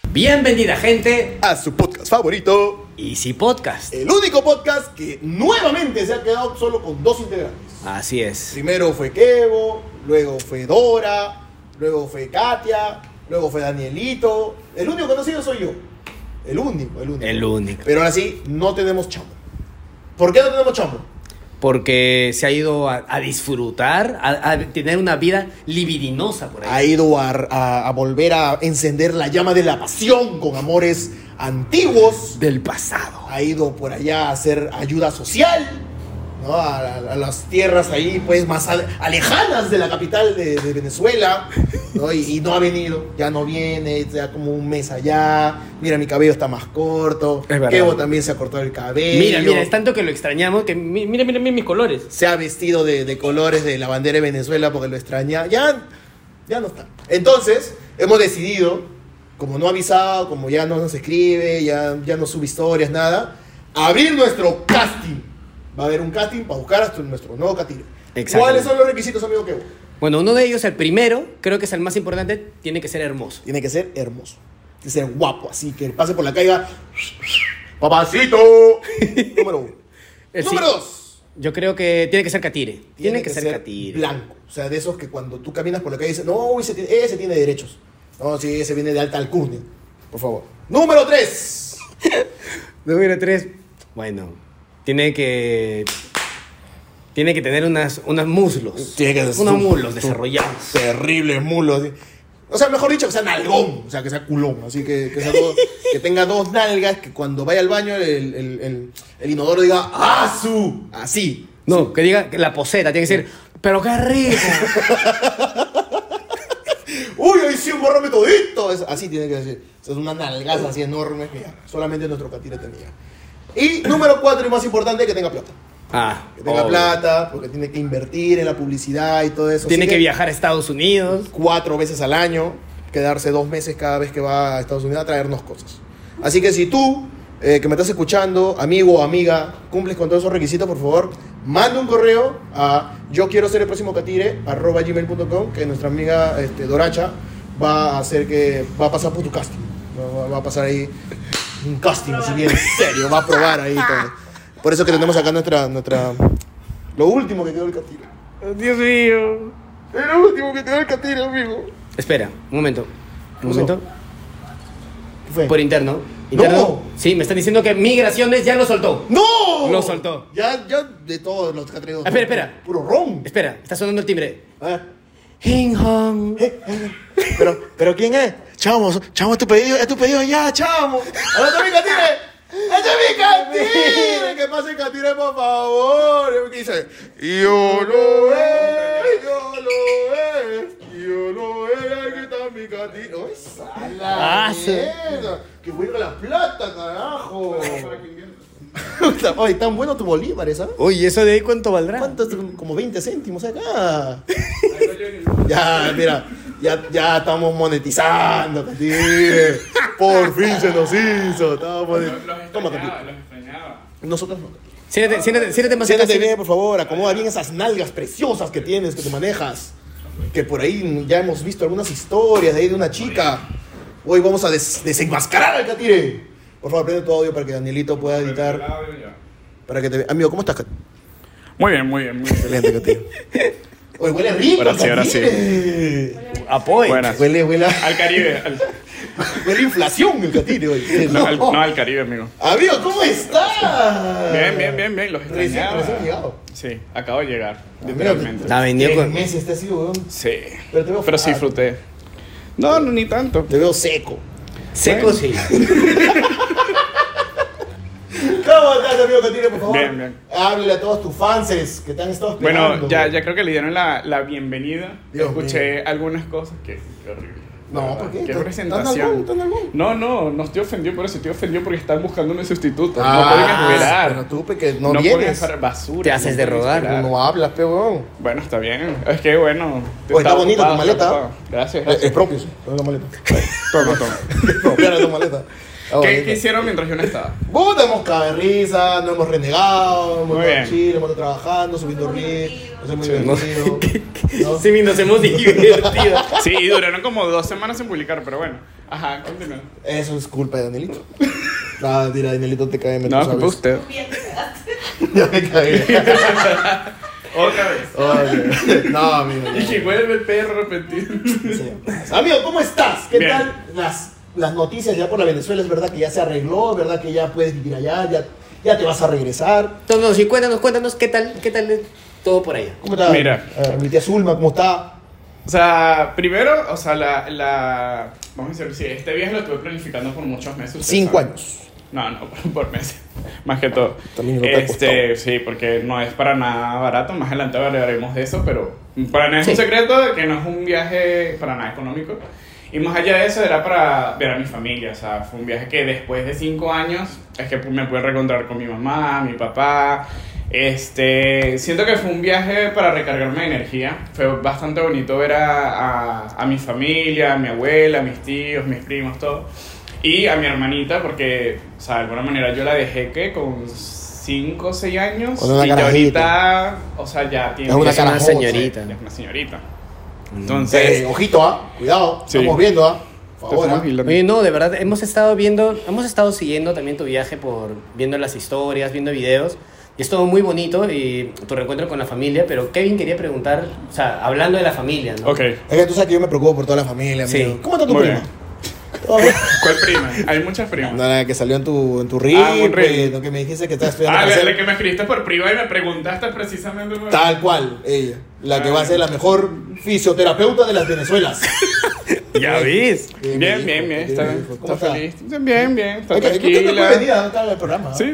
Bienvenida, gente, a su podcast favorito, Easy Podcast. el único podcast que nuevamente se ha quedado solo con 2 integrantes. Así es. Primero fue Kevo, luego fue Dora, luego fue Katia, luego fue Danielito. El único conocido soy yo. El único. El único. Pero ahora sí, no tenemos chamo. ¿Por qué no tenemos chamo? Porque se ha ido a disfrutar, a tener una vida libidinosa por ahí. Ha ido a volver a encender la llama de la pasión con amores antiguos. Del pasado. Ha ido por allá a hacer ayuda social, ¿no? A las tierras ahí pues más alejanas de la capital de Venezuela, ¿no? Y no ha venido, ya no viene, ya como un mes allá. Mira, mi cabello está más corto. Es verdad. Kevo también se ha cortado el cabello. Mira, es tanto que lo extrañamos que mira mis colores. Se ha vestido de colores de la bandera de Venezuela porque lo extraña. Ya no está. Entonces, hemos decidido, como no ha avisado, como ya no nos escribe, ya no sube historias, nada, abrir nuestro casting. Va a haber un casting para buscar hasta nuestro nuevo catire. ¿Cuáles son los requisitos, amigo Kevo? Bueno, uno de ellos, el primero, creo que es el más importante, tiene que ser hermoso. Tiene que ser hermoso. Tiene que ser guapo, así que pase por la calle. ¡Papacito! Número 1. Número 2. Yo creo que tiene que ser catire. Tiene que ser catire. Blanco. O sea, de esos que cuando tú caminas por la calle dices, no, ese tiene derechos. No, sí, ese viene de alta alcurnia. Por favor. Número 3. Número 3. Bueno, tiene que tener unos muslos. Tiene que ser unos muslos desarrollados. Terribles mulos. O sea, mejor dicho, que sea nalgón. O sea, que sea culón. Así que tenga 2 nalgas, que cuando vaya al baño el inodoro diga ¡Asu! Así. No, que diga que la poseta, tiene que decir, pero qué rico. ¡Uy, hoy sí un borrome todito! Así tiene que decir. O sea, es una nalgaza así enorme que ya solamente nuestro catire tenía. Y número 4 y más importante, que tenga plata. Que tenga plata, porque tiene que invertir en la publicidad y todo eso. Tiene que viajar a Estados Unidos 4 veces al año, quedarse 2 meses cada vez que va a Estados Unidos a traernos cosas. Así que si tú, que me estás escuchando, amigo o amiga, cumples con todos esos requisitos, por favor, manda un correo a yo quiero ser el próximo catire @gmail.com, que nuestra amiga Doracha va a pasar por tu casting. Va a pasar ahí un casting así bien serio, va a probar ahí todo. Por eso que tenemos acá lo último que quedó el catire. Dios mío. El último que quedó el catire, amigo. Espera, un momento. ¿Qué fue? Por interno. No. Sí, me están diciendo que Migraciones ya lo soltó. ¡No! Lo soltó. Ya de todos los catrinos. Espera. Puro ron. Espera, está sonando el timbre. Ah. Hing Hong. Pero ¿quién es? Chamo, es tu pedido ya, chamo. ¡Ahora está mi catire! ¡Este es mi catire! ¡Que pase el catire, por favor! ¿Qué dice? Yo lo es, aquí está mi catire. ¡Ay, sala! ¡Que voy con la plata, carajo! Oye, tan bueno tu bolívar, ¿sabes? Oye, ¿eso de ahí cuánto valdrá? ¿Cuánto? Como 20 céntimos acá. Ya, mira, ya estamos monetizando, catire. Por fin se nos hizo. Toma, catire. Los extrañaba. Nosotros no. Siéntate más Siéntate acá, bien, por favor. Acomoda bien esas nalgas preciosas que tienes, que te manejas. Que por ahí ya hemos visto algunas historias de ahí de una chica. Hoy vamos a desenmascarar al catire. Por favor, prende tu audio para que Danielito pueda editar. Para que te vea. Amigo, ¿cómo estás, catire? Muy bien. Excelente, catire. Oye, huele rico, Ahora sí. Apoyo. Buenas. Huele Al Caribe. huele inflación el catire hoy. No, al Caribe, amigo. Amigo, ¿cómo estás? Bien. Los extrañaba. Recién llegado. Sí, acabo de llegar, Amigo, literalmente. La vendió 3 con... meses te has ido, weón. Sí. Pero sí disfruté. No, ni tanto. Te veo seco. Seco, sí. ¿Cómo estás, amigo Catire, por favor? Bien. Háblale a todos tus fans que te han estado esperando. Bueno, ya creo que le dieron la bienvenida. Dios Escuché mío. algunas cosas que horrible. No, ¿por qué? Qué ¿Tan presentación. algún? No estoy ofendido por eso. Estoy ofendido porque están buscando un sustituto. Ah, no pueden esperar. Pero tú, porque no pueden vienes. hacer basura. Te haces de pueden rogar, esperar. No hablas, peón. Bueno, está bien. Es que bueno. Oye, está bonita tu ocupado, maleta. está ocupado. Gracias. Es propio, sí. Toma la maleta. Toma. Propia tu maleta. ¿Qué hicieron mientras yo no estaba? Puta, hemos cagado de risa, no hemos renegado, hemos Muy estado bien. chile, hemos estado trabajando, subiendo reels, nos hemos divertido. ¿no? Sí, nos hemos divertido. Sí, y duraron como 2 semanas sin publicar, pero bueno. Ajá, continúa. Eso es culpa de Danielito. No, tira, Danielito te cae, No, culpa usted. Ya me cagué. Otra vez. Oye, no, amigo. Y que vuelve el perro arrepentido. Sí. Amigo, ¿cómo estás? ¿Qué Bien. tal las noticias ya por la Venezuela? ¿Es verdad que ya se arregló? ¿Es verdad que ya puedes vivir allá? ¿Ya te vas a regresar? Entonces, sí, cuéntanos qué tal todo por allá. ¿Cómo está? Mira. Mi tía Zulma, ¿cómo está? O sea, primero, o sea, vamos a decir, sí, este viaje lo estuve planificando por muchos meses. ustedes 5 saben. años. No, por meses. Más que todo. También lo que ha costado. Sí, porque no es para nada barato. Más adelante hablaremos de eso, pero para nada es un Sí. secreto de que no es un viaje para nada económico. Y más allá de eso, era para ver a mi familia. O sea, fue un viaje que después de 5 años es que me pude reencontrar con mi mamá, mi papá. Siento que fue un viaje para recargarme de energía. Fue bastante bonito ver a mi familia, a mi abuela, a mis tíos, mis primos, todo. Y a mi hermanita, porque, o sea, de alguna manera yo la dejé que con 5 o 6 años. Con una y ya carajita. ahorita, o sea, ya tiene. Es una Es una carajota. señorita. Ya es una señorita. Entonces. Ojito, cuidado. Sí. Estamos viendo, Por favor, estamos hilando. Oye, no, de verdad, hemos estado siguiendo también tu viaje viendo las historias, viendo videos. Y es todo muy bonito y tu reencuentro con la familia, pero Kevin quería preguntar, o sea, hablando de la familia, ¿no? Ok. Es que tú sabes que yo me preocupo por toda la familia, amigo. Sí. ¿Cómo está tu Muy prima? bien. ¿Todo bien? ¿Cuál prima? Hay muchas primas. No, la que salió en tu reel, un reel. pues, que me dijiste que estabas estudiando para La ser- que me escribiste por privado y me preguntaste precisamente. Tal cual, ella. La que va a ser la mejor fisioterapeuta de las Venezuelas. Ya ves. Bien, está ¿Cómo está? feliz. Bien, está Es que usted no puede tranquila. venir a estar en el programa. Sí.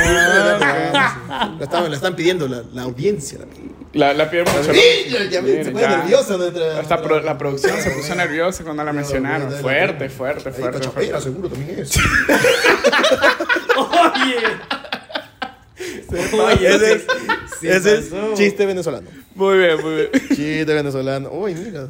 La están pidiendo la audiencia. La pide mucho. Ya Mira, se pone ya. nerviosa nuestra. La producción se puso nerviosa cuando la mencionaron. Fuerte. Ahí Cachapera, seguro también es. Oye, Ese es, sí ese es pasó. chiste venezolano. Muy bien. Chiste venezolano. Uy, mira.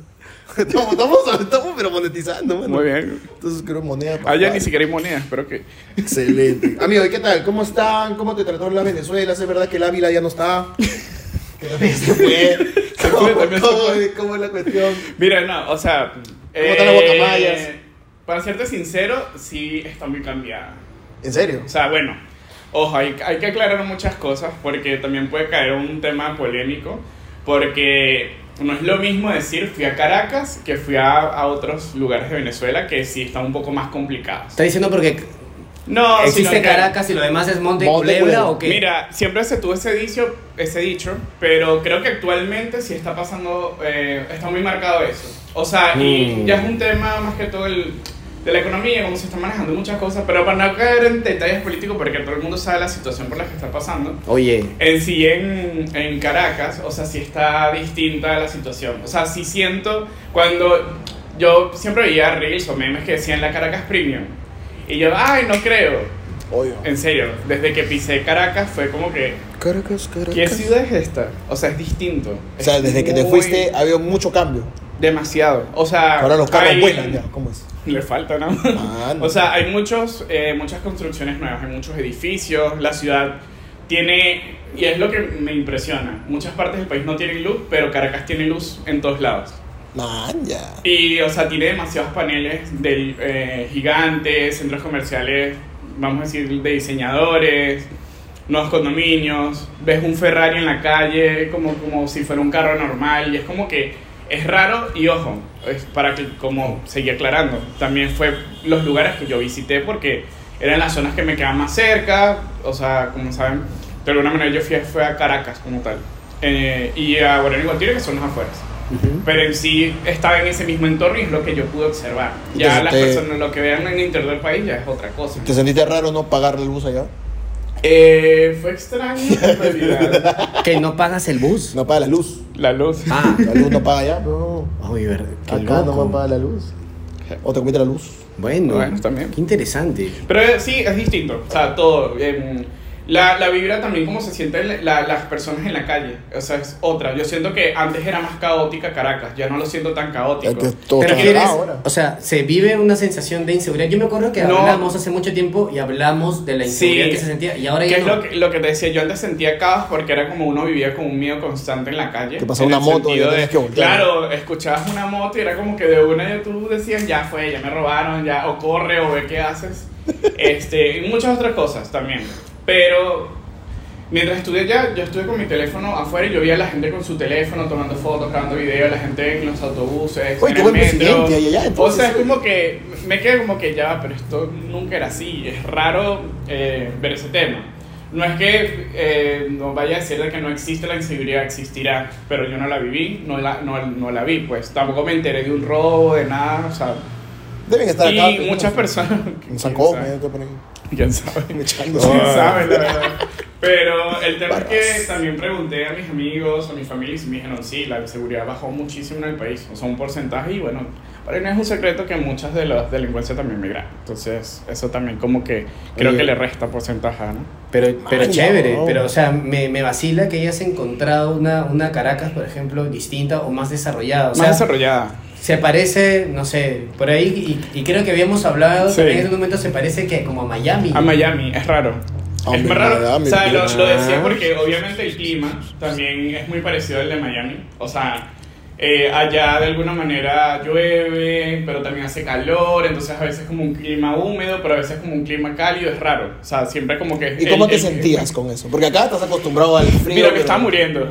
Estamos pero monetizando, mano. Muy bien. Entonces creo moneda para Allá pagar. ni siquiera hay monedas, pero que. Excelente. Amigo, ¿y qué tal? ¿Cómo están? ¿Cómo te trató la Venezuela? ¿Es verdad que el Ávila ya no está? Que también se fue. también se fue. ¿Cómo es la cuestión? Mira, no, o sea. ¿Cómo están las guacamayas? Para serte sincero, sí está muy cambiada. ¿En serio? O sea, bueno, ojo, hay que aclarar muchas cosas porque también puede caer un tema polémico. Porque no es lo mismo decir fui a Caracas que fui a otros lugares de Venezuela que sí están un poco más complicados. ¿Está diciendo porque No, existe sino que- Caracas y lo demás es Monte y Monte y Culebra Culebra. o qué? Mira, siempre se tuvo ese dicho, pero creo que actualmente sí está pasando, está muy marcado eso. O sea, y ya es un tema más que todo de la economía, cómo se están manejando muchas cosas, pero para no caer en detalles políticos, porque todo el mundo sabe la situación por la que está pasando. Oye, En sí, en Caracas, o sea, sí está distinta la situación. O sea, sí siento cuando yo siempre veía reels o memes que decían la Caracas Premium. Y yo, ay, no creo. Obvio. En serio, desde que pisé Caracas fue como que, Caracas. ¿qué ciudad es esta? O sea, es distinto. O sea, Es desde que te muy- fuiste ha habido mucho cambio. Demasiado. O sea, Ahora los carros hay- vuelan ya. ¿Cómo es? Le falta, ¿no? Mano. O sea, hay muchas construcciones nuevas, hay muchos edificios, la ciudad tiene, y es lo que me impresiona, muchas partes del país no tienen luz, pero Caracas tiene luz en todos lados. Man, ya. Y, o sea, tiene demasiados paneles gigantes, centros comerciales, vamos a decir, de diseñadores, nuevos condominios, ves un Ferrari en la calle como si fuera un carro normal, y es como que es raro, y ojo, es para que, como seguí aclarando, también fue los lugares que yo visité porque eran las zonas que me quedaban más cerca, o sea, como saben, de alguna manera yo fui a Caracas como tal, y a Guaraní Guatire, que son las afueras. Pero en sí estaba en ese mismo entorno y es lo que yo pude observar. Ya Entonces las te- personas, lo que vean en el interior del país ya es otra cosa. ¿Te sentiste raro no pagar la luz allá? Fue extraño en realidad. que no pagas el bus. No paga la luz. La luz. Ah, La luz no paga allá, no. oye, verdad, qué Acá no loco. paga la luz. O te comiste la luz. Bueno, Bueno, también. qué interesante. Pero sí, es distinto. O sea, todo. La vibra también como se sienten las personas en la calle, o sea, es otra. Yo siento que antes era más caótica Caracas, ya no lo siento tan caótico. Todo ¿Te está refieres? ahora. O sea, se vive una sensación de inseguridad. Yo me acuerdo que No. hablamos hace mucho tiempo y hablamos de la inseguridad Sí. que se sentía y ahora ¿Qué ya es no. lo que te decía? Yo antes sentía caos porque era como uno vivía con un miedo constante en la calle. Que pasaba en una el moto y sentido tenías que voltear. Claro, escuchabas una moto y era como que de una tú decías, ya fue, ya me robaron, ya, o corre, o ve qué haces. Y muchas otras cosas también. Pero mientras estuve allá, yo estuve con mi teléfono afuera y yo veía a la gente con su teléfono tomando fotos, grabando videos, la gente en los autobuses, Oye, en qué el buen metro. presidente hay allá, O entonces. sea, es como que me quedé como que ya, pero esto nunca era así. Es raro ver ese tema. No es que no vaya a decir de que no existe la inseguridad, existirá, pero yo no la viví, no la vi, pues tampoco me enteré de un robo, de nada, o sea, Deben estar acá. y muchas personas, En San Cosme, por ahí. quién sabe, Echando. quién sabe, la verdad. Pero el tema es que Barras. también pregunté a mis amigos, a mi familia, y me dijeron, sí, la inseguridad bajó muchísimo en el país, o sea, un porcentaje, y bueno, para mí no es un secreto que muchas de las delincuencias también migran, entonces eso también como que creo Oye. que le resta porcentaje, ¿no? Pero Ay, chévere, no. pero o sea, me vacila que hayas encontrado una Caracas, por ejemplo, distinta o más desarrollada. O sea, Más desarrollada. se parece, no sé, por ahí, y creo que habíamos hablado Sí. también en ese momento, se parece que como a Miami. A Miami, es raro. Ah, Es más raro. Miami, O sea, lo bitch. decía porque obviamente el clima también es muy parecido al de Miami. O sea, allá de alguna manera llueve, pero también hace calor, entonces a veces como un clima húmedo, pero a veces como un clima cálido, es raro. O sea, siempre como que... ¿Y cómo te sentías con eso? Porque acá estás acostumbrado al frío. Mira, me pero- estaba muriendo.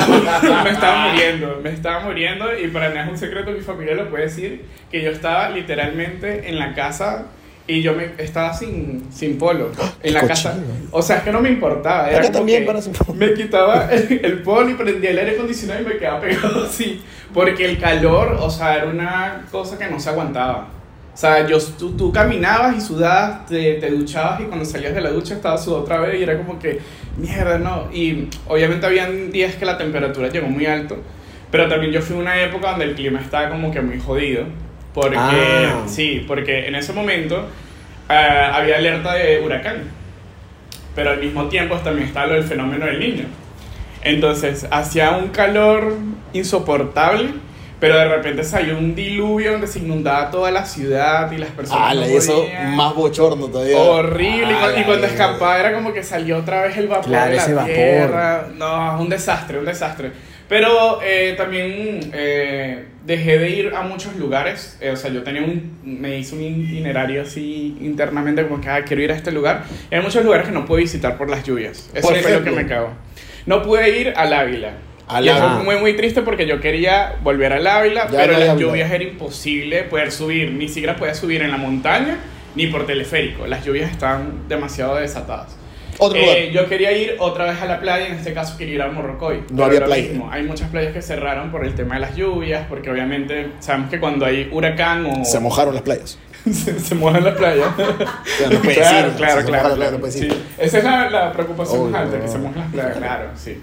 Me estaba muriendo y para mí es un secreto, mi familia lo puede decir, que yo estaba literalmente en la casa y yo estaba sin polo en la Cochino. casa. O sea, es que no me importaba. Era Acá como también que para sin polo. me quitaba el polo y prendía el aire acondicionado y me quedaba pegado así. Porque el calor, o sea, era una cosa que no se aguantaba. O sea, tú caminabas y sudabas, te duchabas y cuando salías de la ducha estabas sudado otra vez y era como que, mierda, no. Y obviamente habían días que la temperatura llegó muy alto, pero también yo fui a una época donde el clima estaba como que muy jodido. Porque, sí, porque en ese momento había alerta de huracán, pero al mismo tiempo también estaba lo del fenómeno del Niño. Entonces hacía un calor insoportable, pero de repente salió un diluvio donde se inundaba toda la ciudad y las personas no y eso podían. más bochorno todavía. Horrible, y cuando la escapaba era como que salió otra vez el vapor Claro, de ese la vapor. tierra. No, un desastre, un desastre. Pero también dejé de ir a muchos lugares. O sea, me hice un itinerario así internamente, como que quiero ir a este lugar. Y hay muchos lugares que no puedo visitar por las lluvias. Eso Por fue lo que ejemplo. me cagó. No pude ir al Ávila. Al Y eso Ávila. fue muy, muy triste porque yo quería volver al Ávila, Ya pero no hay las Ávila. lluvias era imposible poder subir. Ni siquiera podía subir en la montaña ni por teleférico. Las lluvias estaban demasiado desatadas. Otro lugar. Yo quería ir otra vez a la playa, en este caso quería ir a Morrocoy. No pero había lo playa. mismo, hay muchas playas que cerraron por el tema de las lluvias, porque obviamente sabemos que cuando hay huracán o Se mojaron las playas. se mojan las playas. Ya no puedes Claro, ir, claro, si se moja claro, la playa, claro. no puedes Sí. ir. Esa es la preocupación Oh, más alta, no. que se mojan las playas, claro, sí.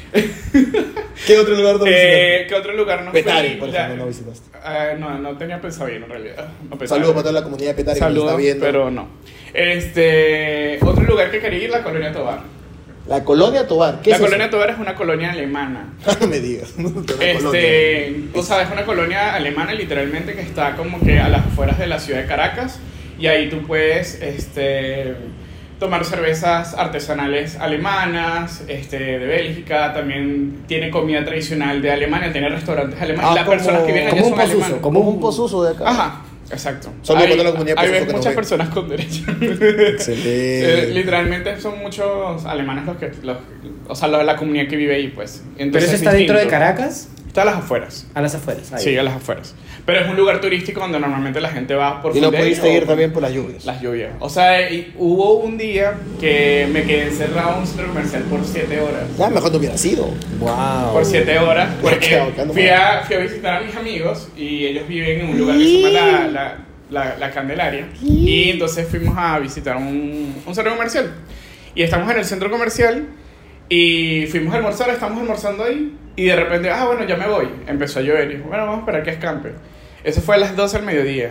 ¿Qué otro lugar te visitaste? ¿Qué otro lugar no Petare, fui? por ejemplo, no visitaste. No tenía pensado ir en realidad. No, Petare. Saludos para toda la comunidad de Petare que nos Saludos, está viendo. pero no. Otro lugar que quería ir, la Colonia Tovar. La colonia Tovar. ¿Qué La es Colonia eso? Tovar es una colonia alemana. No me digas. Una colonia. O sea, es una colonia alemana literalmente que está como que a las afueras de la ciudad de Caracas y ahí tú puedes tomar cervezas artesanales alemanas, de Bélgica, también tiene comida tradicional de Alemania, tiene restaurantes alemanes. Ah, Las personas que vienen allá como un son posuso, alemanes. Como un posuso de acá. Ajá, exacto. Saludos Hay- para toda la comunidad Hay posuso que nos muchas ve. personas con derecho. Excelente. Literalmente son muchos alemanes o sea, la comunidad que vive ahí, pues. Pero Entonces eso es está dentro de distinto. Caracas, Está a las afueras. a las afueras. Ahí. Sí, a las afueras. Pero es un lugar turístico donde normalmente la gente va por Y no fin de pudiste año ir o también por las lluvias. las lluvias. O sea, hubo un día que me quedé encerrado en un centro comercial por 7 horas. Ya, mejor no hubiera sido. Wow. Por 7 horas, porque Qué bacano, fui a visitar a mis amigos y ellos viven en un lugar que se llama la Candelaria. Y entonces fuimos a visitar un centro comercial. Y estamos en el centro comercial y fuimos a almorzar, estamos almorzando ahí. Y de repente, bueno, ya me voy. Empezó a llover y dijo, bueno, vamos a esperar que escampe. Eso fue a las 12 del mediodía.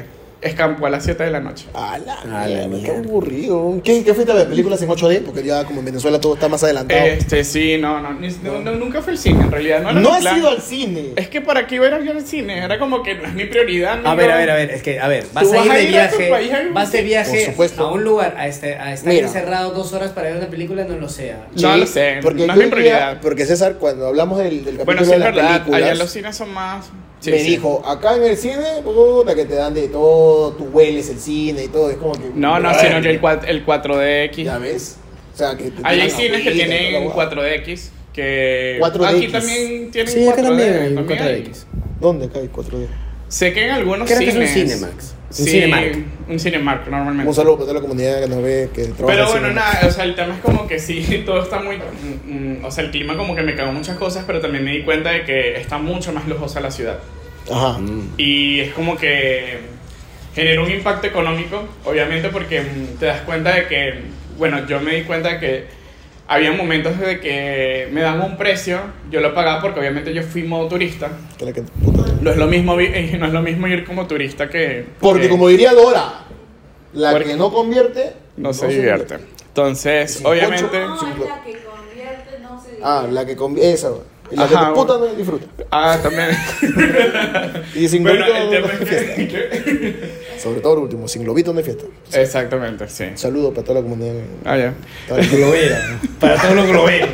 escampó a las 7 de la noche. A la A la mierda, qué mierda. aburrido. ¿Qué fuiste a ver? ¿Películas en 8D? Porque ya como en Venezuela todo está más adelantado. Sí, nunca fue al cine, en realidad. No, era No mi has plan. ido al cine. Es que para qué iba a ir yo al cine, era como que no es mi prioridad. A ver, es que, a ver, vas ¿Tú a ir vas a de ir a tu viaje, país algún vas de día? Por viaje supuesto. a un lugar, a estar Mira. encerrado 2 horas para ver una película, no lo sea. No lo sé, porque no es yo mi diría- prioridad. Porque César, cuando hablamos del capítulo Bueno, sí de es las verdad, películas, allá los cines son más... Sí, me sí. dijo, acá en el cine, puta, que te dan de todo, tú hueles el cine y todo, es como que... No, sino que el 4DX. ¿Ya ves? O sea, que te Hay tiran cines que agüita y tienen toda la hueá. 4DX, que 4DX. aquí también tienen Sí, acá 4D. también hay también 4DX. ¿Dónde acá hay 4D? Sé que en algunos Creo que es cines... un Cinemax. Un Sí, Cinemark. un Cinemark normalmente. Un saludo para toda la comunidad que nos ve, que trabaja Pero en bueno, cine. nada, o sea, el tema es como que sí, todo está muy... o sea, el clima como que me cagó muchas cosas, pero también me di cuenta de que está mucho más lujosa la ciudad. Ajá. Y es como que generó un impacto económico, obviamente, porque te das cuenta de que, bueno, yo me di cuenta de que había momentos de que me daban un precio, yo lo pagaba porque obviamente yo fui modo turista. Que la que- puta. No es lo mismo, no es lo mismo ir como turista que... Porque que como diría Dora, la Porque- que no convierte... no se divierte. Entonces, Sí, obviamente... No, es la que convierte, no se divierte. Ah, la que convierte, esa. Y la Ajá, que puta no disfruta. Ah, también. Y sin Bueno, globito el no tema hay es fiesta. que... Sobre todo el último, sin globito no hay fiesta. Exactamente, sí. Saludos para toda la comunidad. Ah, ya. Globera. Para todos los globeros.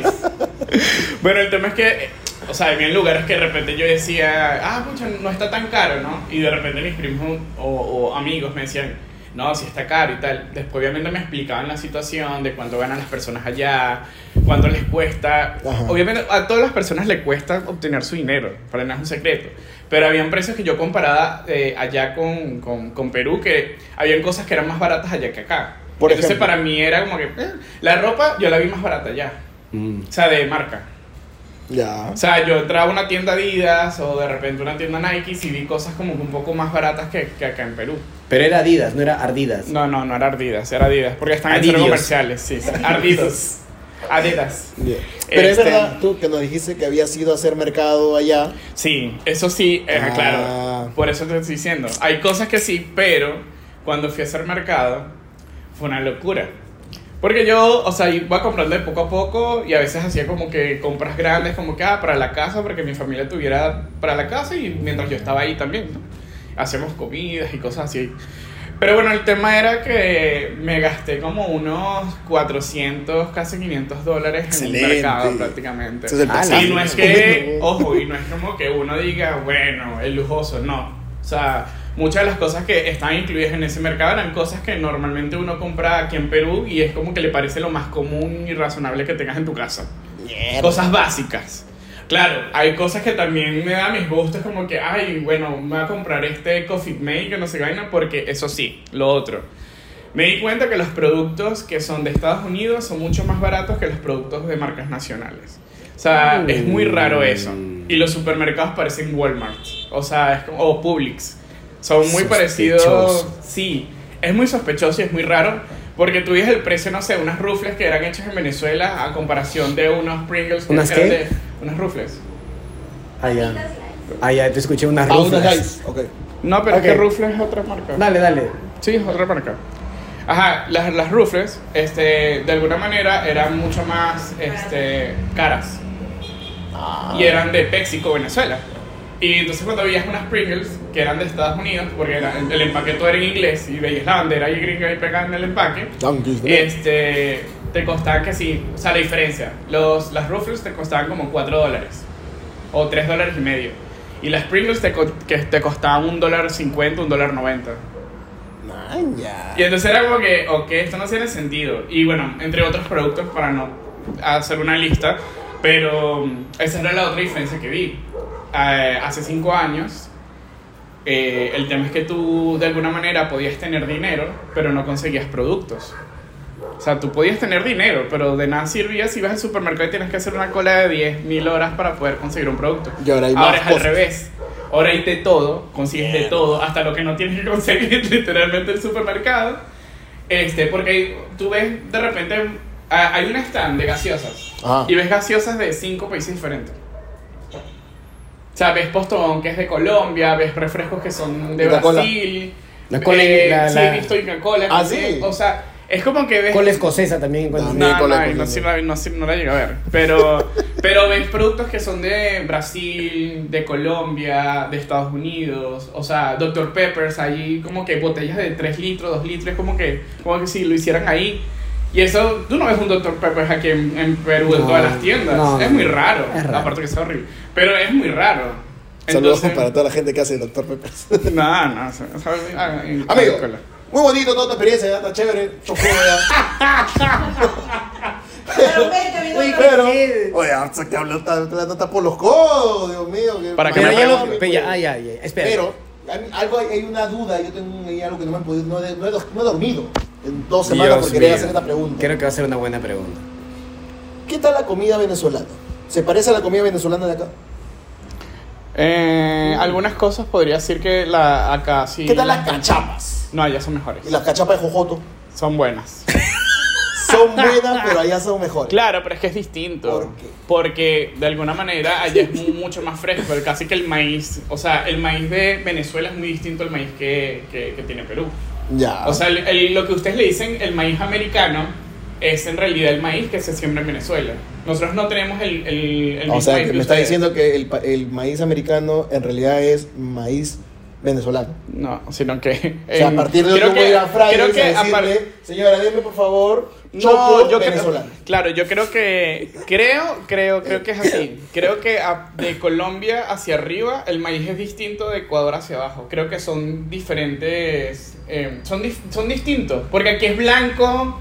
Bueno, el tema es que, o sea, había lugares que de repente yo decía, pucha, no está tan caro, ¿no? Y de repente mis primos o amigos me decían, no, sí está caro y tal. Después obviamente me explicaban la situación de cuánto ganan las personas allá, cuánto les cuesta. Ajá. Obviamente a todas las personas les cuesta obtener su dinero, para nada es un secreto. Pero habían precios que yo comparaba allá con Perú, que habían cosas que eran más baratas allá que acá. Por Entonces ejemplo. para mí era como que, la ropa yo la vi más barata allá. O sea, de marca. Ya. O sea, yo entraba a una tienda Adidas o de repente una tienda Nike y vi cosas como que un poco más baratas que acá en Perú. Pero era Adidas, no era Ardidas. No era Adidas, era Adidas. Porque están en Adidas. centros comerciales, sí. Adidas. Adidas. Ya. Pero es Este- verdad, tú que nos dijiste que habías ido a hacer mercado allá. Sí, eso sí, Ah. claro. Por eso te estoy diciendo. Hay cosas que sí, pero cuando fui a hacer mercado fue una locura. Porque yo, o sea, iba comprando de poco a poco y a veces hacía como que compras grandes, como que, para la casa, porque mi familia tuviera para la casa y mientras yo estaba ahí también, ¿no? Hacíamos comidas y cosas así. Pero bueno, el tema era que me gasté como unos 400, casi $500 en un Excelente. mercado prácticamente. Ese es el Ah, pasaje. Y no es que, ojo, y no es como que uno diga, bueno, es lujoso, no. O sea, muchas de las cosas que están incluidas en ese mercado eran cosas que normalmente uno compra aquí en Perú y es como que le parece lo más común y razonable que tengas en tu casa. Mierda. Cosas básicas. Claro, hay cosas que también me dan mis gustos, como que, bueno, me voy a comprar este Coffee Mate que no sé qué vaina, porque eso sí, lo otro. Me di cuenta que los productos que son de Estados Unidos son mucho más baratos que los productos de marcas nacionales. O sea, es muy raro eso. Y los supermercados parecen Walmart, o sea, o Publix. Son muy parecidos. Sospechoso. Sí, es muy sospechoso y es muy raro. Porque tú ves el precio, no sé, unas rufles que eran hechas en Venezuela a comparación de unos Pringles que ¿Unas eran qué? de unas rufles. Ah, ya, te escuché unas Ah, unos ruflas. guys. Ok. No, pero Ok. es que Rufles es otra marca. Dale. Sí, es otra marca. Ajá, las Rufles, de alguna manera eran mucho más caras. Y eran de Péxico, Venezuela. Y entonces cuando veías unas Pringles que eran de Estados Unidos, porque el empaque todo era en inglés y veías la bandera y gringa ahí pegada en el empaque, Yankees, ¿no? te costaban que sí, o sea, la diferencia. Las Ruffles te costaban como $4 o $3.50. Y las Pringles te costaban $1.50, $1.90. Maña. Y entonces era como que, ok, esto no tiene sentido. Y bueno, entre otros productos para no hacer una lista, pero esa era la otra diferencia que vi. Hace 5 años, el tema es que tú de alguna manera podías tener dinero, pero no conseguías productos. O sea, tú podías tener dinero, pero de nada servía si vas al supermercado y tienes que hacer una cola de 10.000 horas para poder conseguir un producto. Y ahora hay Ahora más es al cosas. revés. Ahora hay de todo, consigues de todo, hasta lo que no tienes que conseguir literalmente el supermercado. Porque tú ves de repente, hay un stand de gaseosas Ajá. y ves gaseosas de 5 países diferentes. O sea, ves Postobón que es de Colombia, ves refrescos que son de Coca-Cola. Brasil, La cola, sí, he visto Inca Cola. ¿Ah, también. sí? O sea, es como que ves... cola escocesa también encuentras. También. No, Cola no, escocesa. no la llegué a ver. Pero ves productos que son de Brasil, de Colombia, de Estados Unidos. O sea, Dr. Peppers, allí como que botellas de 3 litros, 2 litros, como que si lo hicieran ahí. Y eso, tú no ves un Dr. Peppers aquí en Perú en No, todas las tiendas. no, es muy raro. es raro. Aparte que es horrible. Pero es muy raro. Saludos Entonces, para toda la gente que hace Dr. Peppers. No, Amigo, muy bonito toda tu experiencia, ¿ya? Está chévere. Chocó ya. Pero vete, mi Uy, doctor. Pero, ¿qué? oye, hasta que habló, está por los codos, Dios mío. Para que Pero me ya lo. pregunte. Pero ya, espera. Pero, hay una duda, yo tengo ahí algo que no me he podido, no he dormido en 2 semanas Dios porque quería mío. hacer esta pregunta. Creo que va a ser una buena pregunta. ¿Qué tal la comida venezolana? ¿Se parece a la comida venezolana de acá? Algunas cosas podría decir que acá sí. ¿Qué tal las cachapas? No, allá son mejores. Y las cachapas de jojoto Son buenas. son buenas, pero allá son mejores. Claro, pero es que es distinto. ¿Por qué? Porque de alguna manera allá es mucho más fresco. Pero casi que el maíz, o sea, el maíz de Venezuela es muy distinto al maíz que tiene Perú. Ya. O sea, lo que ustedes le dicen el maíz americano es en realidad el maíz que se siembra en Venezuela. Nosotros no tenemos el o mismo sea, maíz que que me está ustedes. diciendo que el maíz americano en realidad es maíz venezolano. No, sino que... O sea, a partir de hoy yo voy a ir a Fridays a decirle, señora, deme por favor choclo venezolano. Claro, yo creo que es así. Creo que de Colombia hacia arriba el maíz es distinto de Ecuador hacia abajo. Creo que son diferentes, son distintos, porque aquí es blanco,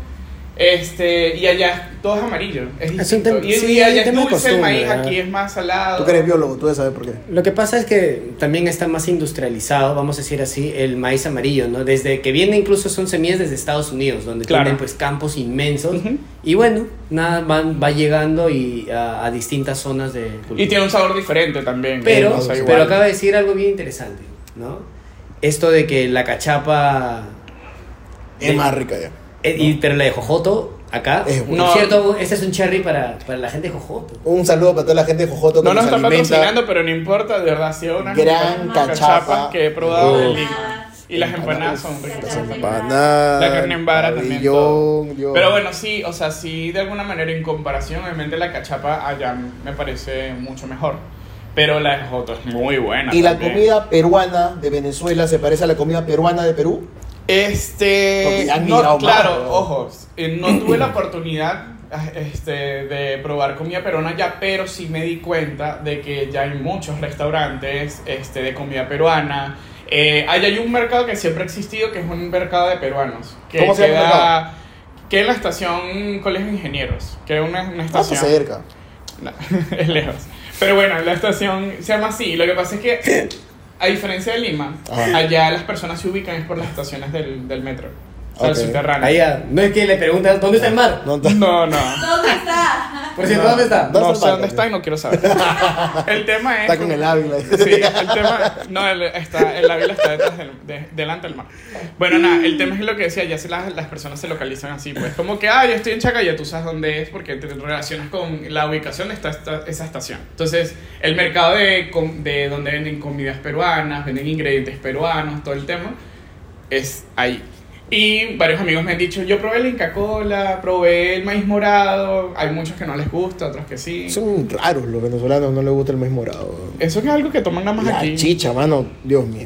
y allá todo es amarillo. Es Es un distinto. tem- Y sí, allá es es un tema de dulce el maíz, costumbre, aquí es más salado. Tú que eres biólogo, tú debes saber por qué. Lo que pasa es que también está más industrializado, vamos a decir así, el maíz amarillo, ¿no? Desde que viene incluso son semillas desde Estados Unidos, donde Claro. tienen pues campos inmensos. Ujú. Y bueno, nada, va llegando y a distintas zonas de cultura. Y tiene un sabor diferente también. Pero, O sea, igual. pero acaba de decir algo bien interesante, ¿no? Esto de que la cachapa... Es más rica ya. pero la de Jojoto, acá, Es por bueno. cierto, este es un cherry para la gente de Jojoto. Un saludo para toda la gente de Jojoto que No nos están alimenta. patrocinando, pero no importa, de verdad, ha sido una Gran cachapa. que he probado Uf. del Liga. Y las empanadas son ricas. Las empanadas. La carne en vara también, pabellón, todo. Dios. Pero bueno, sí, o sea, sí, de alguna manera, en comparación, obviamente la cachapa allá me parece mucho mejor. Pero la de Joto es muy buena. ¿Y la también. comida peruana de Venezuela se parece a la comida peruana de Perú? Porque ya han migrado No, claro, más, ¿no? ojo, no tuve la oportunidad de probar comida peruana ya, pero sí me di cuenta de que ya hay muchos restaurantes de comida peruana. Hay un mercado que siempre ha existido, que es un mercado de peruanos. Que ¿Cómo se llama el mercado? Que es la estación Colegio de Ingenieros, que es una Está estación... cerca. No, es lejos. Pero bueno, la estación se llama así. Lo que pasa es que, a diferencia de Lima, Ajá. allá las personas se ubican es por las estaciones del metro. O sea, Ok. el subterráneo. Ahí no es que le preguntas, ¿dónde está el mar? No, No, no. ¿Dónde está? Por cierto, ¿dónde está? ¿Dónde No está sé el dónde mar? está y no quiero saber. El tema es... está con el Ávila. Sí, el tema... No, el Ávila está detrás delante del mar. Bueno, nada, el tema es lo que decía, ya las personas se localizan así, pues como que, yo estoy en Chacaya, tú sabes dónde es porque te relacionas con la ubicación de esa estación. Entonces, el mercado de donde venden comidas peruanas, venden ingredientes peruanos, todo el tema, es ahí. Y varios amigos me han dicho, yo probé la Inca Cola, probé el maíz morado, hay muchos que no les gusta, otros que sí. Son raros los venezolanos, no les gusta el maíz morado. Eso es algo que toman nada más La aquí. chicha, mano, Dios mío.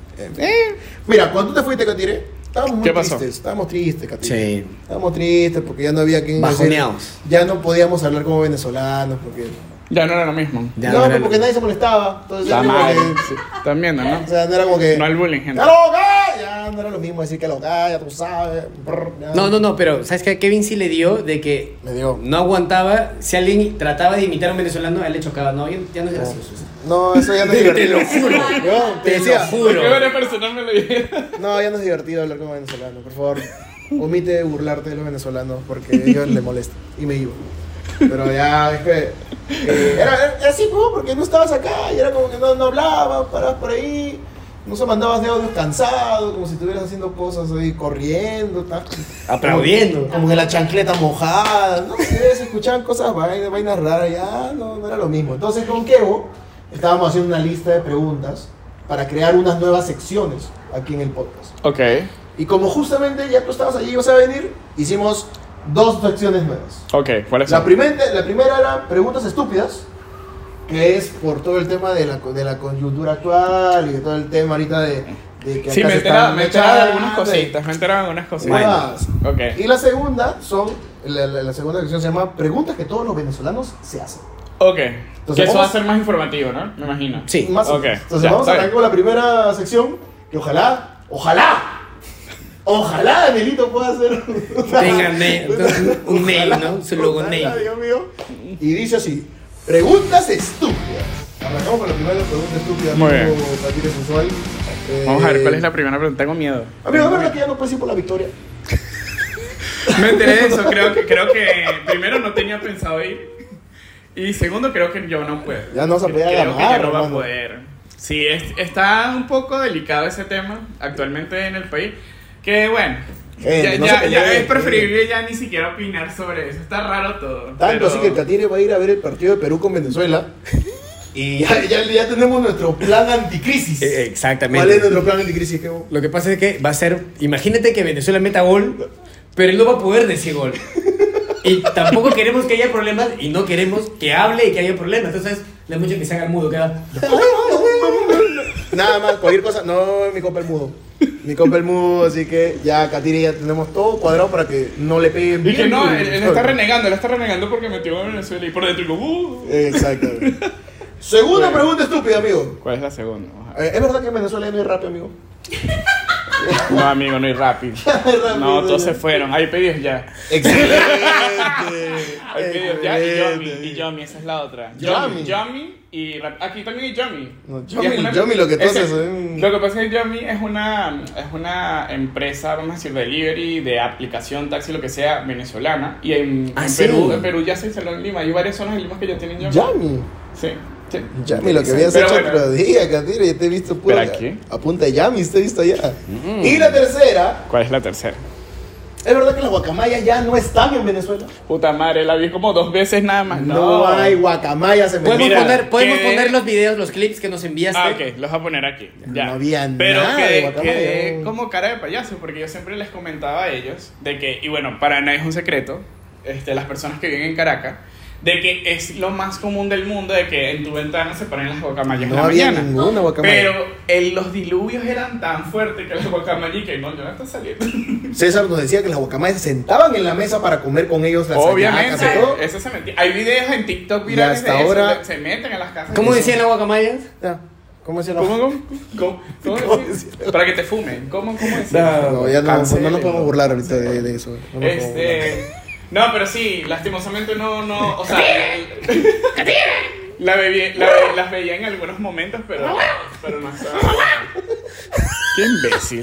Eh, Mira, cuando tú te fuiste, Catire, estábamos muy ¿Qué pasó? tristes. Estábamos tristes, Catire. Sí. Estábamos tristes porque ya no había quien decir- Bajoneados. Ya no podíamos hablar como venezolanos porque... ya no era lo mismo. Ya no, no era porque lo- nadie se molestaba. Entonces, La era como madre. que- Sí, están viendo, ¿no? o sea, no era como que... No al bullying, gente. ¡Ya loca! Ya no era lo mismo decir que loca, ya tú sabes. Brr, ya. No, pero ¿sabes qué? A Kevin sí le dio de que Me dio. no aguantaba, si alguien trataba de imitar a un venezolano, a él le chocaba. No, ya no es gracioso. No, eso ya no es divertido. Te lo juro. Yo te Te decía, lo juro. Qué buena persona me lo dijeron. no, ya no es divertido hablar como venezolano. Por favor, omite burlarte de los venezolanos porque a ellos les molesta. Y me iba. Pero ya, es que... era así, pues, porque no estabas acá y era como que no hablabas, parabas por ahí. No se mandabas de audios cansados, como si estuvieras haciendo cosas ahí, corriendo, tal. Aplaudiendo. Como que la chancleta mojada, no sé, se escuchaban cosas, vainas raras, ya no era lo mismo. Entonces con Kevo estábamos haciendo una lista de preguntas para crear unas nuevas secciones aquí en el podcast. Ok. Y como justamente ya tú estabas allí y ibas a venir, hicimos 2 secciones nuevas. Ok, ¿cuáles La son? primera era preguntas estúpidas, que es por todo el tema de la coyuntura actual y de todo el tema ahorita de que Sí, acá me he se enterado están de echando, algunas cositas, me he enterado de algunas cositas. huevadas. Ok. Y la segunda son, la segunda sección se llama preguntas que todos los venezolanos se hacen. Ok. Entonces, Que eso va a vamos- ser más informativo, ¿no? Me imagino. Sí. Más o Ok, menos. Entonces ya, vamos a está arrancar con la primera sección, que ojalá, Danielito pueda hacer Tenga un name, Ojalá, ¿no? Su logo ojalá, name. Dios mío. Y dice así, preguntas estúpidas. Arrancamos con la primera pregunta estúpida. Muy bien. amigo Catire Sensual. Vamos a ver cuál es la primera pregunta. Tengo miedo. Amigo, ¿es verdad que ya no puedes ir por la victoria? Me enteré de eso. Creo que primero no tenía pensado ir. Y segundo, creo que yo no puedo. Ya no vas a poder Creo que ganar, ya no va a hermano. poder. Sí, está un poco delicado ese tema actualmente en el país. Que bueno, Gente, no se ya peleen, es preferible ya ni siquiera opinar sobre eso. Está raro todo. Tanto pero- así que el Catire va a ir a ver el partido de Perú con Venezuela. Y ya tenemos nuestro plan anticrisis. Exactamente. ¿Cuál es nuestro plan anticrisis? ¿Qué? Lo que pasa es que va a ser, imagínate que Venezuela meta gol, pero él no va a poder decir gol. Y tampoco queremos que haya problemas y no queremos que hable y que haya problemas. Entonces, le hemos dicho que se haga el mudo, que haga... Nada más, cualquier cosa. No, mi compa el mudo. Mi compa el mudo, así que ya Catire ya tenemos todo cuadrado para que no le peguen Y que bien no, duro. él está renegando porque metió en Venezuela y por dentro digo, Exactamente. Segunda Bueno. pregunta estúpida, amigo. ¿Cuál es la segunda? ¿Es verdad que en Venezuela ya no hay rap, amigo? No, amigo, no hay rápido. No, todos se fueron. Hay pedidos ya. Excelente. Hay pedidos ya Excelente. y Yomi, esa es la otra. Yomi. Yomi y aquí también hay Yomi. No, Y es una- Yomi lo que tú ese- haces es un- Lo que pasa es que Yomi es una empresa, vamos a decir, delivery, de aplicación, taxi, lo que sea, venezolana. Y en ¿sí? Perú ya se instaló en Lima. Hay varias zonas de Lima que ya tienen Yomi. Yami. Sí, sí. Yami, lo que habías Pero hecho bueno. otro día, Catire, ya te he visto pura. ¿Pero aquí? A punta de Yami, te he visto allá. Y la tercera, ¿Cuál es la tercera? ¿es verdad que las guacamayas ya no están en Venezuela? Puta madre, la vi como 2 veces nada más. No hay guacamayas en Podemos, Venezuela. podemos que- poner los videos, los clips que nos enviaste. Ah, ok, los voy a poner aquí. Ya. No había Pero nada de guacamaya. quedé como cara de payaso, porque yo siempre les comentaba a ellos de que, y bueno, para nadie es un secreto, las personas que viven en Caracas, de que es lo más común del mundo de que en tu ventana se ponen las guacamayas en No la había mañana. ninguna guacamaya. Pero los diluvios eran tan fuertes que las guacamayas que no, ya no están saliendo. César nos decía que las guacamayas se sentaban en la mesa para comer con ellos las Obviamente, hallacas y todo. eso se metía. Hay videos en TikTok virales hasta de eso, ahora- se meten a las casas. ¿Cómo y eso. decían las guacamayas? Ya, ¿cómo decía la ¿Cómo ¿Cómo decía? Para que te fumen. ¿Cómo decía? No, ya no nos Cancelen. podemos burlar ahorita de eso. No nos podemos burlar. No, pero sí, lastimosamente no, o sea, las veía en algunos momentos, pero no estaba. Qué imbécil.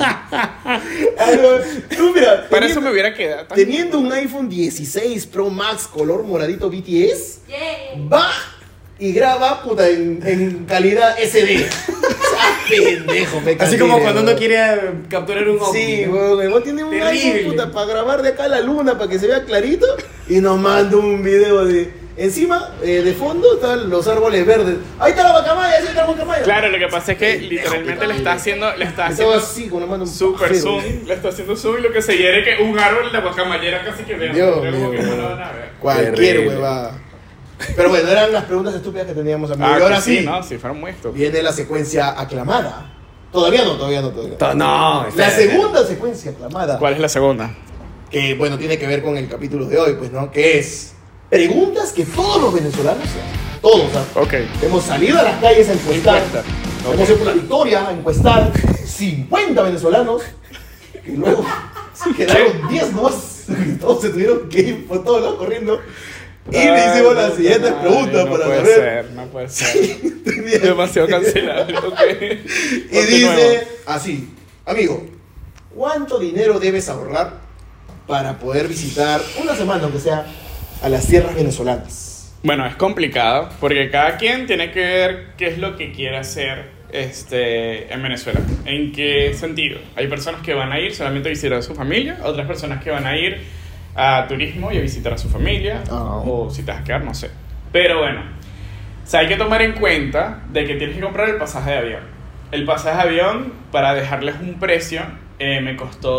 Tú mira, Para eso me hubiera quedado. teniendo un iPhone 16 Pro Max color moradito BTS, Yeah. va y graba puta en calidad SD. Pendejo, me Así como cuando uno quiere capturar un ovni. Sí, weón, el weón tiene un Terrible. iPhone puta para grabar de acá a la luna para que se vea clarito y nos manda un video de encima de fondo están los árboles verdes. Ahí está la guacamaya, ahí está la guacamaya. Claro, lo que pasa es que literalmente le está haciendo Estaba así con la mano un super pajero. zoom, le está haciendo zoom y lo que se hiere que un árbol de guacamayera casi que veo. Dios Creo como mío. que no lo van a ver. Cualquier Terrible. huevada. Pero bueno, eran las preguntas estúpidas que teníamos, amigo. Ah, Y ahora que sí, no, si fueron muy estúpidos. viene la secuencia aclamada. Todavía no. No, La espera. segunda secuencia aclamada, ¿Cuál es la segunda? que bueno, tiene que ver con el capítulo de hoy, pues, ¿no? Que es preguntas que todos los venezolanos se hacen. Todos, ¿ah? Ok. Hemos salido a las calles a encuestar. Encuesta. Hemos hecho por la victoria a encuestar 50 venezolanos. Y luego quedaron 10 más. Todos se tuvieron que ir por todos lados corriendo. Y le hicimos las siguientes preguntas para saber. No puede ser. Demasiado cancelable, ok. Y dice así, amigo, ¿cuánto dinero debes ahorrar para poder visitar una semana, aunque sea, a las tierras venezolanas? Bueno, es complicado porque cada quien tiene que ver qué es lo que quiere hacer en Venezuela. ¿En qué sentido? Hay personas que van a ir solamente a visitar a su familia, otras personas que van a ir a turismo y a visitar a su familia, o si te vas a quedar, no sé. Pero bueno, o sea, hay que tomar en cuenta de que tienes que comprar el pasaje de avión. el pasaje de avión, para dejarles un precio, me costó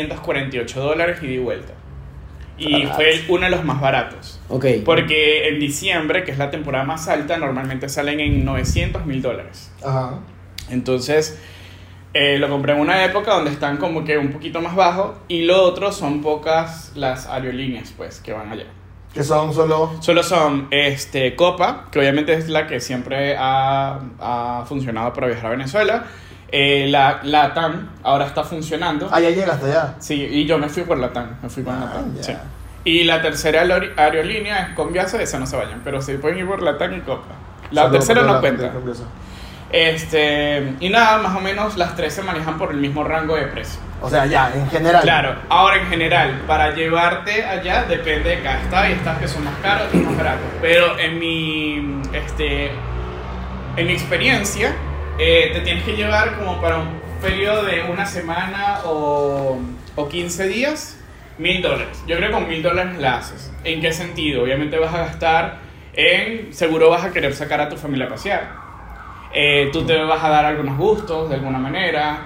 $648 ida y vuelta. Y fue uno de los más baratos. Ok. Porque en diciembre, que es la temporada más alta, normalmente salen en $900,000. Ajá. Entonces, lo compré en una época donde están como que un poquito más bajos. Y lo otro son pocas las aerolíneas, pues, que van allá. Que son solo... Solo son Copa, que obviamente es la que siempre ha funcionado para viajar a Venezuela. La LATAM ahora está funcionando. Ah, ya llega hasta allá. Sí, y yo me fui por LATAM, me fui con LATAM. Ya. Sí. Y la tercera aerolínea es Conviasa, esa no se vayan, pero se pueden ir por LATAM y Copa. La Solo tercera por no la cuenta. gente de Conviasa. Y nada, más o menos las tres se manejan por el mismo rango de precio. O sea, ya, en general. Claro, ahora en general, para llevarte allá depende de cada estado, y estados que son más caros y más baratos. Pero en mi experiencia, te tienes que llevar como para un periodo de una semana o 15 días, $1,000. Yo creo que con $1,000 la haces. ¿En qué sentido? Obviamente vas a gastar seguro vas a querer sacar a tu familia a pasear. Tú te vas a dar algunos gustos de alguna manera.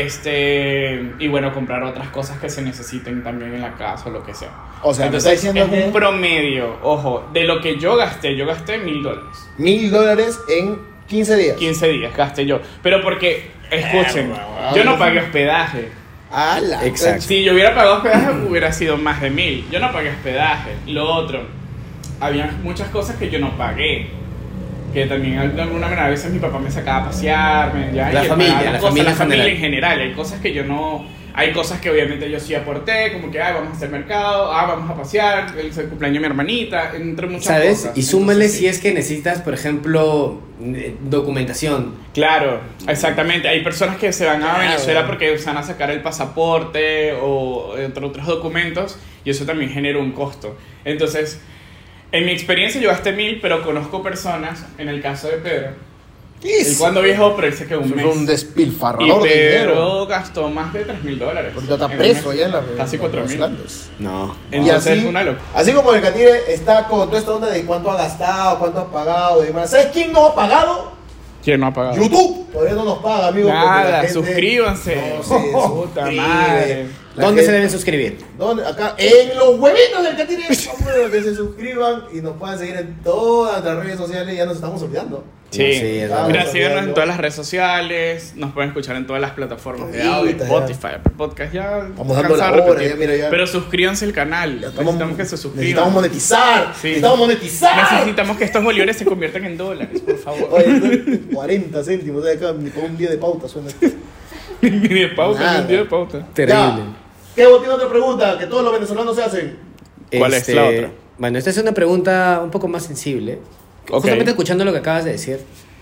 Y bueno, comprar otras cosas que se necesiten también en la casa o lo que sea. O sea, entonces me está diciendo es que un promedio, ojo, de lo que yo gasté $1,000. $1,000 en 15 días. 15 días gasté yo. Pero porque, escuchen, yo no pagué hospedaje. ¡Hala! Exacto. Si yo hubiera pagado hospedaje hubiera sido más de 1,000. Yo no pagué hospedaje. Lo otro, había muchas cosas que yo no pagué. Que también de alguna manera a veces mi papá me sacaba a pasear, La familia en general. Hay cosas que yo no, hay cosas que obviamente yo sí aporté, como que vamos a hacer mercado, vamos a pasear, el cumpleaños de mi hermanita, entre muchas ¿Sabes? cosas. Y súmale Entonces, sí. si es que necesitas, por ejemplo, documentación. Claro, exactamente. Hay personas que se van a Venezuela porque se van a sacar el pasaporte o entre otros documentos, y eso también genera un costo. Entonces, en mi experiencia yo gasté 1,000, pero conozco personas, en el caso de Pedro, él cuando viajó, pero dice que un mes. Fue un Y despilfarrador de dinero. Pedro gastó más de $3,000. Ahorita está en un preso mes. allá en la Casi 4,000. No. Entonces Y es una locura. así como el Catire está con toda esta onda de cuánto ha gastado, cuánto ha pagado y demás. ¿Sabes quién no ha pagado? ¿Quién no ha pagado? YouTube. Todavía no nos paga, amigo. porque Nada, la gente suscríbanse. No se Puta suscribe. madre. La ¿Dónde se gente- deben suscribir? ¿Dónde? Acá, en los huevitos del Catire. Vamos a que se suscriban y nos puedan seguir en todas las redes sociales. Ya nos estamos olvidando. Sí, No, sí, es verdad. mira, Vamos síganos en olvidando. todas las redes sociales, nos pueden escuchar en todas las plataformas de audio, Ahorita ya. Spotify, Apple Podcast, ya Estamos dando la cansado de hora, repetir. ya, mira, ya. Pero suscríbanse al canal, Ya necesitamos que se suscriban. Necesitamos monetizar. Sí. Necesitamos monetizar. Necesitamos que estos bolívares se conviertan en dólares, por favor. Oye, 40 céntimos de acá, ni por un día de pauta suena. Ni de pauta, Nada. ni un día de pauta. Terrible. Ya. ¿Qué tiene otra pregunta que todos los venezolanos se hacen? ¿Cuál es la otra? Bueno, esta es una pregunta un poco más sensible. Ok. Justamente escuchando lo que acabas de decir.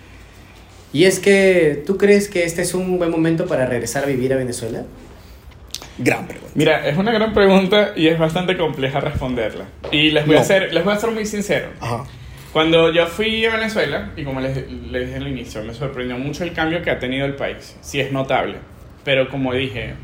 Y es que, ¿tú crees que este es un buen momento para regresar a vivir a Venezuela? Gran pregunta. Mira, es una gran pregunta y es bastante compleja responderla. Y les voy a ser muy sincero. Ajá. Cuando yo fui a Venezuela, y como les dije al inicio, me sorprendió mucho el cambio que ha tenido el país. Sí es notable. Pero como dije,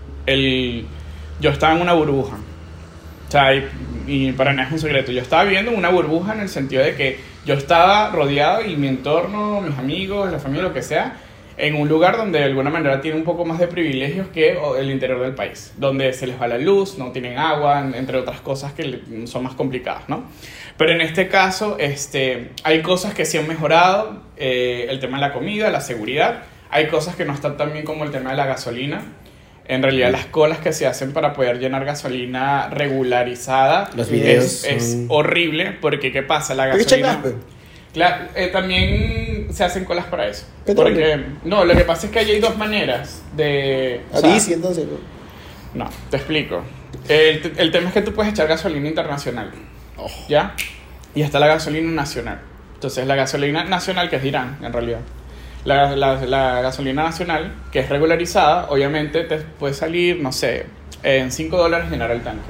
yo estaba en una burbuja. O sea, y para nada es un secreto. Yo estaba viviendo en una burbuja en el sentido de que yo estaba rodeado y mi entorno, mis amigos, la familia, lo que sea, en un lugar donde de alguna manera tiene un poco más de privilegios que el interior del país, donde se les va la luz, no tienen agua, entre otras cosas que son más complicadas, ¿no? Pero en este caso, hay cosas que sí han mejorado, el tema de la comida, la seguridad, hay cosas que no están tan bien como el tema de la gasolina. En realidad las colas que se hacen para poder llenar gasolina regularizada Los videos es son- horrible, porque ¿qué pasa? La ¿Pero qué gasolina... chengas, Claro, también se hacen colas para eso. Petróleo. Porque, no, lo que pasa es que hay dos maneras de... o A sea, ti sí, entonces. no, te explico. El tema es que tú puedes echar gasolina internacional, Oh. ¿ya? Y está la gasolina nacional. Entonces, la gasolina nacional, que es de Irán, en realidad. La gasolina nacional, que es regularizada, obviamente te puede salir, no sé, en $5 llenar el tanque.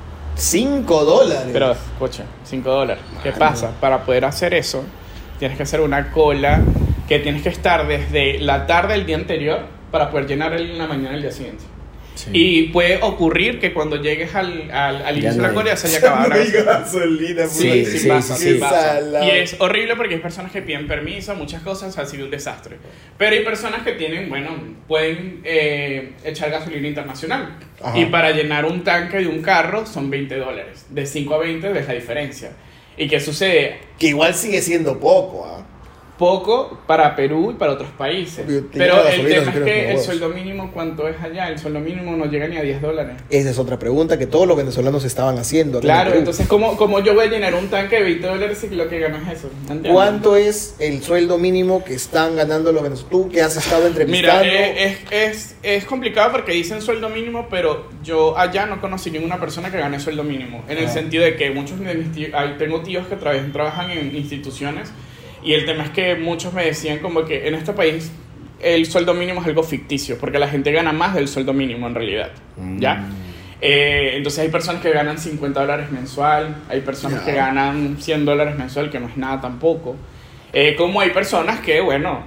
$5. Pero, escucha, $5. ¿Qué pasa? Para poder hacer eso, tienes que hacer una cola que tienes que estar desde la tarde del día anterior para poder llenar en la mañana del día siguiente. Sí. Y puede ocurrir que cuando llegues al inicio de no la hay. Corea se haya acabado la gasolina. gasolina, Sí, sí, pasa, sí, sí. pasa. Salado. Y es horrible porque hay personas que piden permiso, muchas cosas, ha sido un desastre. Pero hay personas que tienen, bueno, pueden echar gasolina internacional. Ajá. Y para llenar un tanque de un carro son $20. De 5 a 20 es la diferencia. ¿Y qué sucede? Que igual sigue siendo poco, ¿ah? Poco para Perú y para otros países. Obvio, te Pero llega el gasolina tema si es tienes que el huevos. sueldo mínimo, ¿cuánto es allá? El sueldo mínimo no llega ni a $10. Esa es otra pregunta que todos los venezolanos estaban haciendo. acá en Claro, Perú. entonces, ¿cómo yo voy a llenar un tanque de $20 si lo que gano es eso? ¿No entiendes? ¿Cuánto es el sueldo mínimo que están ganando los venezolanos? Tú que has estado Mira, entrevistando. es complicado porque dicen sueldo mínimo, pero yo allá no conocí ninguna persona que gane sueldo mínimo. En el sentido de que muchos de mis tíos, tengo tíos que trabajan en instituciones y el tema es que muchos me decían como que en este país el sueldo mínimo es algo ficticio porque la gente gana más del sueldo mínimo en realidad, ¿ya? Entonces hay personas que ganan $50 mensual, hay personas que ganan $100 mensual, que no es nada tampoco. Como hay personas que, bueno,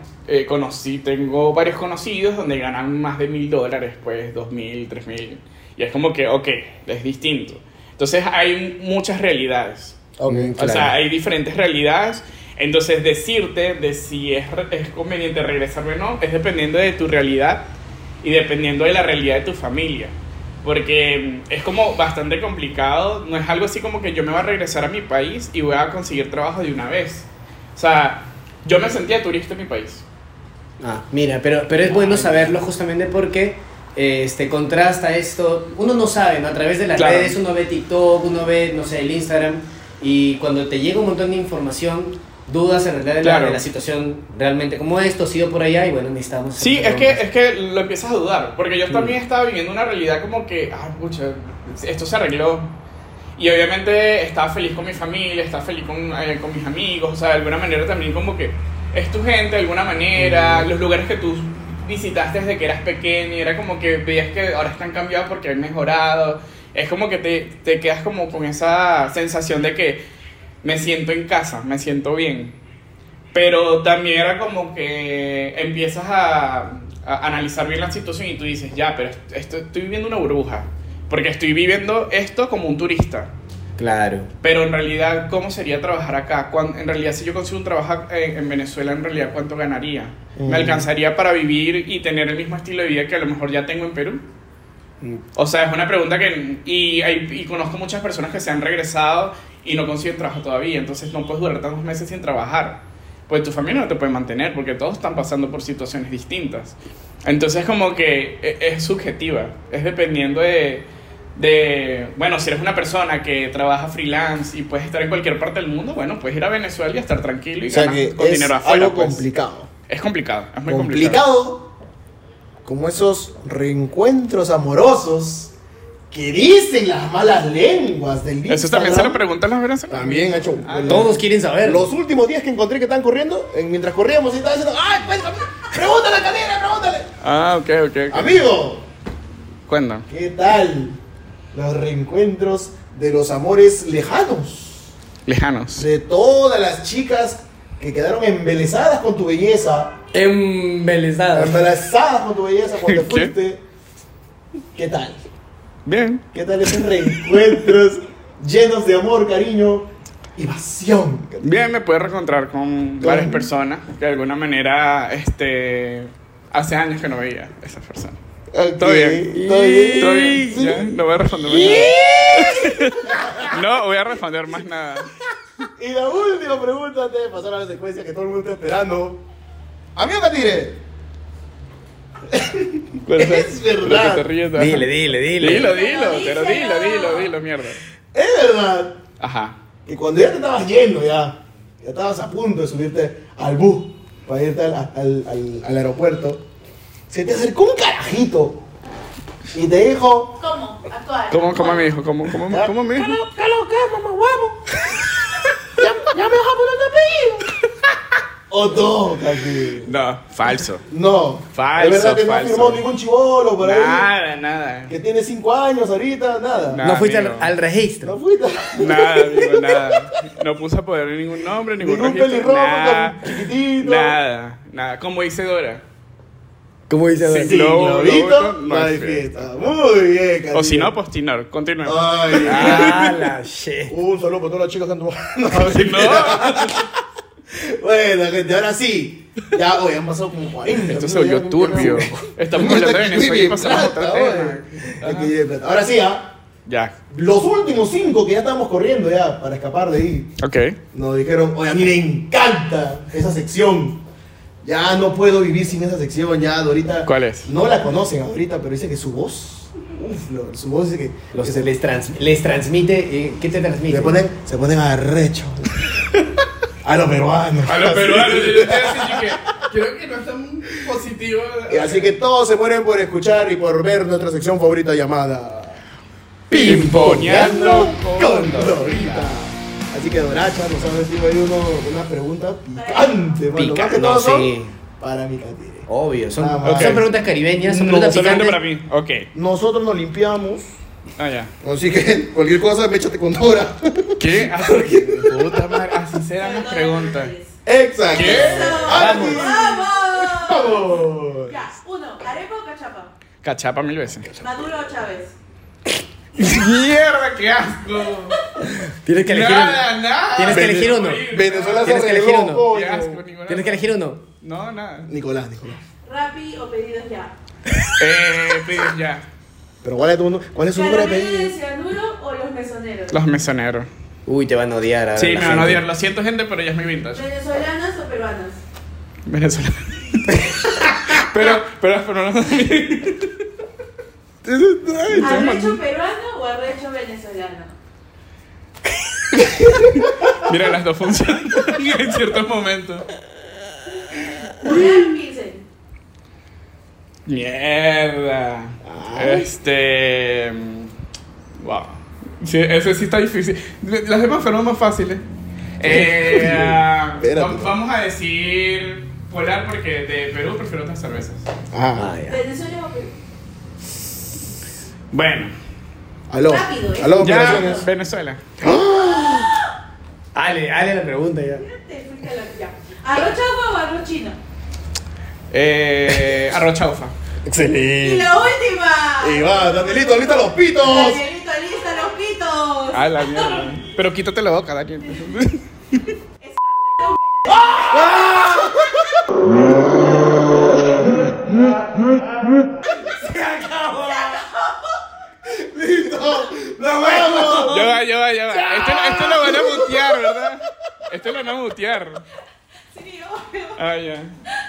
tengo varios conocidos donde ganan más de $1,000, pues $2,000, $3,000. Y es como que, ok, es distinto. Entonces hay muchas realidades. Ok, O sea, hay diferentes realidades. Entonces decirte de si es conveniente regresarme o no, es dependiendo de tu realidad y dependiendo de la realidad de tu familia. Porque es como bastante complicado. No es algo así como que yo me voy a regresar a mi país y voy a conseguir trabajo de una vez. O sea, yo me sentía turista en mi país. Ah, mira, pero es bueno saberlo justamente porque contrasta esto. Uno no sabe, ¿no? A través de las Claro. redes uno ve TikTok, uno ve, no sé, el Instagram. Y cuando te llega un montón de información, dudas en realidad Claro. de la situación realmente como esto, sido por allá y bueno, necesitamos... Sí, hacer es que lo empiezas a dudar, porque yo también estaba viviendo una realidad como que, pucha, esto se arregló. Y obviamente estaba feliz con mi familia, estaba feliz con mis amigos, o sea, de alguna manera también como que es tu gente, de alguna manera, los lugares que tú visitaste desde que eras pequeño, y era como que veías que ahora están cambiados porque han mejorado. Es como que te quedas como con esa sensación de que me siento en casa, me siento bien. Pero también era como que empiezas a analizar bien la situación y tú dices, ya, pero estoy viviendo una burbuja. Porque estoy viviendo esto como un turista. Claro. Pero en realidad, ¿cómo sería trabajar acá? En realidad, si yo consigo un trabajo en Venezuela, en realidad, ¿cuánto ganaría? ¿Me alcanzaría para vivir y tener el mismo estilo de vida que a lo mejor ya tengo en Perú? O sea, es una pregunta que... Y conozco muchas personas que se han regresado y no consiguen trabajo todavía. Entonces no puedes durar tantos meses sin trabajar. Pues tu familia no te puede mantener porque todos están pasando por situaciones distintas. Entonces como que es subjetiva. Es dependiendo bueno, si eres una persona que trabaja freelance y puedes estar en cualquier parte del mundo, bueno, puedes ir a Venezuela y estar tranquilo y O sea ganar que con es dinero afuera. algo pues. complicado. Es complicado, es muy complicado. Complicado como esos reencuentros amorosos que dicen las malas lenguas del Instagram. Eso también se lo preguntan los venezolanos. También ha hecho. Todos quieren saber. Los últimos días que encontré que están corriendo, mientras corríamos y estaba diciendo, ¡ay, pues, pregúntale, Cadena, pregúntale! Ok. Amigo, Cuéntame. ¿qué tal los reencuentros de los amores lejanos? Lejanos. De todas las chicas que quedaron embelesadas con tu belleza. Embelesada. Embelesadas con tu belleza cuando ¿Qué? fuiste. ¿Qué tal? Bien. ¿Qué tal esos reencuentros llenos de amor, cariño y pasión? Bien, me puedo reencontrar con varias personas que de alguna manera hace años que no veía a esas personas. Ok, Todo bien. ¿Todo bien? Todo bien. ¿Sí? Ya, no voy a responder más nada. No voy a responder más nada. Y la última pregunta antes de pasar a la secuencia que todo el mundo está esperando. Amigo Catire, es ¿Pero verdad, que te ríes? Dile. Dilo, dilo, mierda. es verdad Ajá. que cuando ya te estabas yendo, ya estabas a punto de subirte al bus para irte al aeropuerto, se te acercó un carajito y te dijo, ¿Cómo? Actuar. ¿Cómo me dijo? ¿Cómo me dijo? ¿qué lo que, mamá huevo? ya me vas a poner tu apellido. ¿O no, Catire? No, falso. No, Falso, es verdad que no falso. firmó ningún chivolo por ahí. Nada. Que tiene 5 años ahorita, nada. Nah. No fuiste amigo. al registro. No fuiste. Nada, amigo, nada. No puse a poner ningún nombre, ningún Ningún registro. pelirrojo Nada. chiquitito. Nada. Como dice Dora. ¿Cómo dice? Sí. Sin Globito, globito, no no hay hay fiesta. Muy bien, O Katina. si no, postinor. Continuemos. Ay, Ah, la shit. un saludo para todas las chicas que han tomado. Si no, Bueno, gente, ahora sí. Ya, hoy han pasado como 40. esto se volvió turbio. Estamos hablando de Venezuela y pasamos a otro tema. Ahora sí, Ya, los últimos 5 que ya estamos corriendo ya para escapar de ahí. ok. Nos dijeron, oye, a mí me encanta esa sección. Ya no puedo vivir sin esa sección, ya Dorita. ¿Cuál es? No la conocen ahorita, pero dice que su voz. Su voz dice que. Los, les transmite. ¿Qué te transmite? Se ponen arrecho. A los peruanos. A los peruanos, yo te decía que creo que no es tan positivo. Así que todos se mueren por escuchar y por ver nuestra sección favorita llamada Pimponeando con Dorita. Así que Doracha nos ha metido ahí una pregunta picante, mano. Más que No, todo son sí. para mi catire. Obvio, son, Nada más. son preguntas caribeñas, son No, preguntas Solamente picantes. para mí. Ok. Nosotros nos limpiamos, Ah, ya. así que cualquier cosa me échate con Dora. ¿Qué? Puta madre, así se dan las preguntas. Exacto. ¿Qué? Vamos. ¡Vamos! Vamos. Ya, 1. ¿Arepa o cachapa? Cachapa 1000 veces. ¿Maduro o Chávez? ¡Mierda, qué asco! Tienes que elegir Nada, uno. nada. Tienes que elegir uno. Venezuela se Tienes que elegir arregló, uno. Qué coño. asco, ninguna. Tienes que elegir uno. No, nada. Nicolás. ¿Rappi o pedidos ya? Pides ya. Pero ¿cuál es su número de ¿Caramelo de pedido? cianuro o los mesoneros? Los mesoneros. Uy, te van a odiar. Sí, la me van a gente. odiar. Lo siento, gente, pero ya es muy vintage. ¿Venezolanas o peruanas? Venezuela. pero no. ¿Arrecho peruano o arrecho venezolano? Mira, las dos funcionan en ciertos momentos. ¿Real Pilsen? Mierda. Wow. Sí, ese sí está difícil. Las demás fueron más fáciles. Vamos a decir polar porque de Perú prefiero otras cervezas. Ah, Ah, ya. ¿Venezuela o Perú? Bueno, aló. Rápido, Aló, ya operaciones. Venezuela. Ale la pregunta ya. Te fuiste a la- ya. ¿Arroz chaufa o arroz chino? Arroz chaufa. Y Excelente. la última. Y va, Danielito, ahorita los pitos. Danielito, lista los pitos. Ah, la mierda. Pero quítate la boca, Daniel. ¡Listo! ¡Nos vamos! Ya va. Esto lo van a mutear, ¿verdad? Esto lo van a mutear. Sí, obvio. Ah, ya.